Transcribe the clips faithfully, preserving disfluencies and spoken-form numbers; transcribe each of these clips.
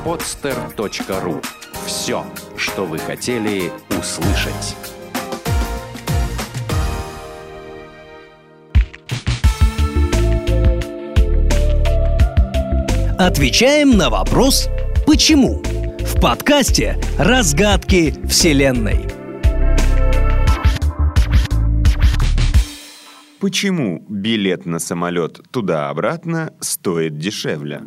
подстер точка ру. Все, что вы хотели услышать. Отвечаем на вопрос «Почему?» в подкасте «Разгадки Вселенной». Почему билет на самолет туда-обратно стоит дешевле?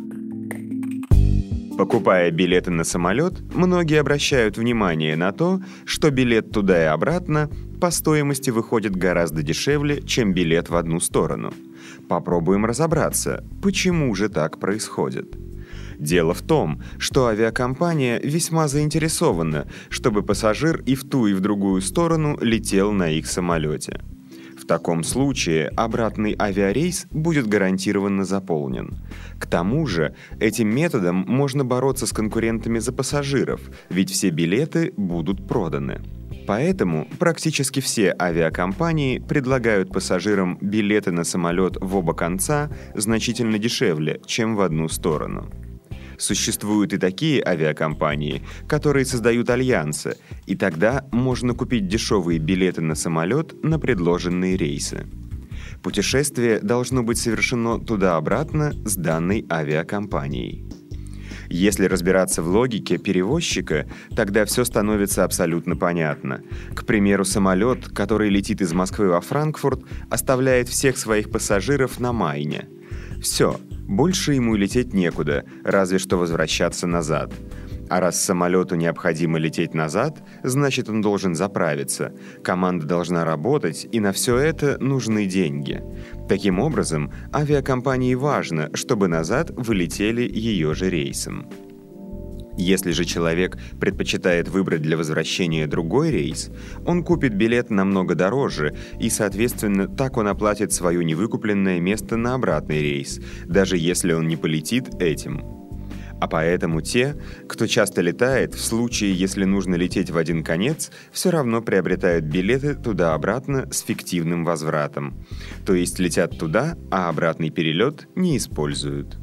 Покупая билеты на самолет, многие обращают внимание на то, что билет туда и обратно по стоимости выходит гораздо дешевле, чем билет в одну сторону. Попробуем разобраться, почему же так происходит. Дело в том, что авиакомпания весьма заинтересована, чтобы пассажир и в ту, и в другую сторону летел на их самолете. В таком случае обратный авиарейс будет гарантированно заполнен. К тому же, этим методом можно бороться с конкурентами за пассажиров, ведь все билеты будут проданы. Поэтому практически все авиакомпании предлагают пассажирам билеты на самолет в оба конца значительно дешевле, чем в одну сторону. Существуют и такие авиакомпании, которые создают альянсы, и тогда можно купить дешевые билеты на самолет на предложенные рейсы. Путешествие должно быть совершено туда-обратно с данной авиакомпанией. Если разбираться в логике перевозчика, тогда все становится абсолютно понятно. К примеру, самолет, который летит из Москвы во Франкфурт, оставляет всех своих пассажиров на Майне. Все, больше ему лететь некуда, разве что возвращаться назад. А раз самолету необходимо лететь назад, значит, он должен заправиться. Команда должна работать, и на все это нужны деньги. Таким образом, авиакомпании важно, чтобы назад вылетели ее же рейсом. Если же человек предпочитает выбрать для возвращения другой рейс, он купит билет намного дороже, и, соответственно, так он оплатит свое невыкупленное место на обратный рейс, даже если он не полетит этим. А поэтому те, кто часто летает, в случае, если нужно лететь в один конец, все равно приобретают билеты туда-обратно с фиктивным возвратом. То есть летят туда, а обратный перелет не используют.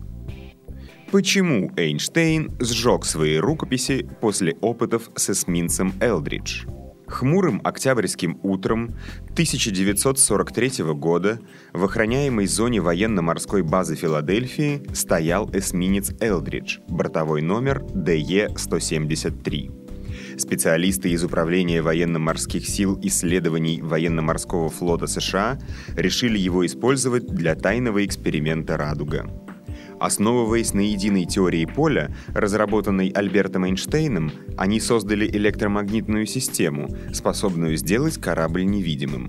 Почему Эйнштейн сжег свои рукописи после опытов с эсминцем Элдридж? Хмурым октябрьским утром тысяча девятьсот сорок третьего года в охраняемой зоне военно-морской базы Филадельфии стоял эсминец Элдридж, бортовой номер Д Е сто семьдесят три. Специалисты из Управления военно-морских сил исследований военно-морского флота США решили его использовать для тайного эксперимента «Радуга». Основываясь на единой теории поля, разработанной Альбертом Эйнштейном, они создали электромагнитную систему, способную сделать корабль невидимым.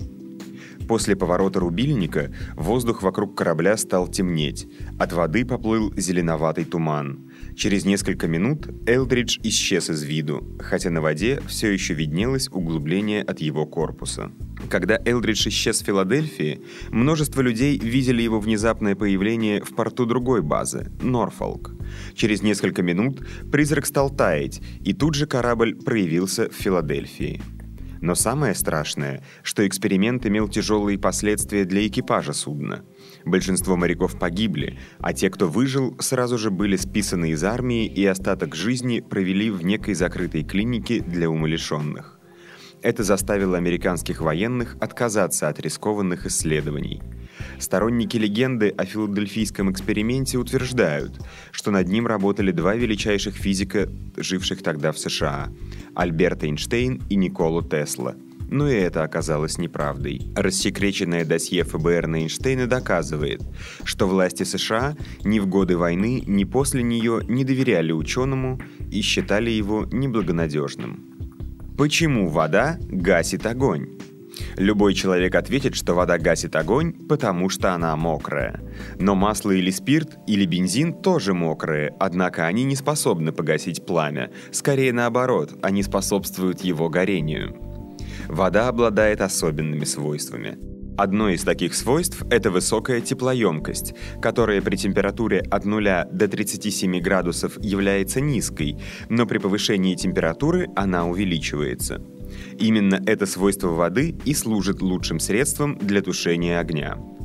После поворота рубильника воздух вокруг корабля стал темнеть, от воды поплыл зеленоватый туман. Через несколько минут Элдридж исчез из виду, хотя на воде все еще виднелось углубление от его корпуса. Когда Элдридж исчез в Филадельфии, множество людей видели его внезапное появление в порту другой базы – Норфолк. Через несколько минут призрак стал таять, и тут же корабль проявился в Филадельфии. Но самое страшное, что эксперимент имел тяжелые последствия для экипажа судна. Большинство моряков погибли, а те, кто выжил, сразу же были списаны из армии и остаток жизни провели в некой закрытой клинике для умалишенных. Это заставило американских военных отказаться от рискованных исследований. Сторонники легенды о филадельфийском эксперименте утверждают, что над ним работали два величайших физика, живших тогда в США – Альберт Эйнштейн и Никола Тесла. Но и это оказалось неправдой. Рассекреченное досье Эф Бэ Эр на Эйнштейна доказывает, что власти США ни в годы войны, ни после нее не доверяли ученому и считали его неблагонадежным. Почему вода гасит огонь? Любой человек ответит, что вода гасит огонь, потому что она мокрая. Но масло или спирт, или бензин тоже мокрые, однако они не способны погасить пламя. Скорее наоборот, они способствуют его горению. Вода обладает особенными свойствами. Одно из таких свойств – это высокая теплоемкость, которая при температуре от нуля до тридцати семи градусов является низкой, но при повышении температуры она увеличивается. Именно это свойство воды и служит лучшим средством для тушения огня.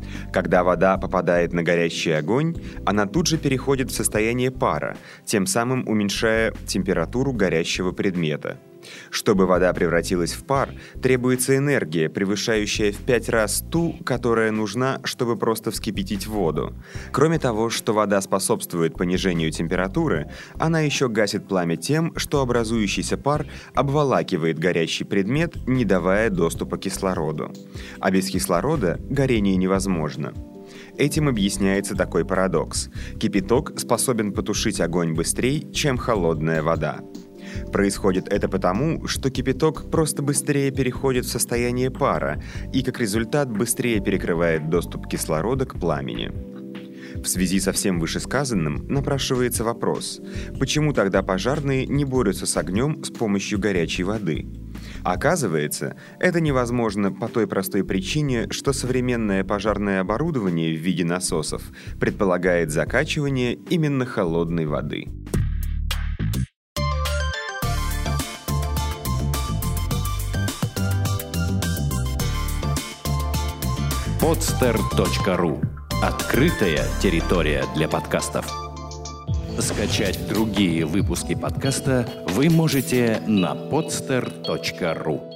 Когда вода попадает на горящий огонь, она тут же переходит в состояние пара, тем самым уменьшая температуру горящего предмета. Чтобы вода превратилась в пар, требуется энергия, превышающая в пять раз ту, которая нужна, чтобы просто вскипятить воду. Кроме того, что вода способствует понижению температуры, она еще гасит пламя тем, что образующийся пар обволакивает горящий предмет, не давая доступа к кислороду. А без кислорода горение невозможно. Этим объясняется такой парадокс. Кипяток способен потушить огонь быстрее, чем холодная вода. Происходит это потому, что кипяток просто быстрее переходит в состояние пара и, как результат, быстрее перекрывает доступ кислорода к пламени. В связи со всем вышесказанным напрашивается вопрос, почему тогда пожарные не борются с огнем с помощью горячей воды? Оказывается, это невозможно по той простой причине, что современное пожарное оборудование в виде насосов предполагает закачивание именно холодной воды. подстер точка ру. Открытая территория для подкастов. Скачать другие выпуски подкаста вы можете на подстер точка ру.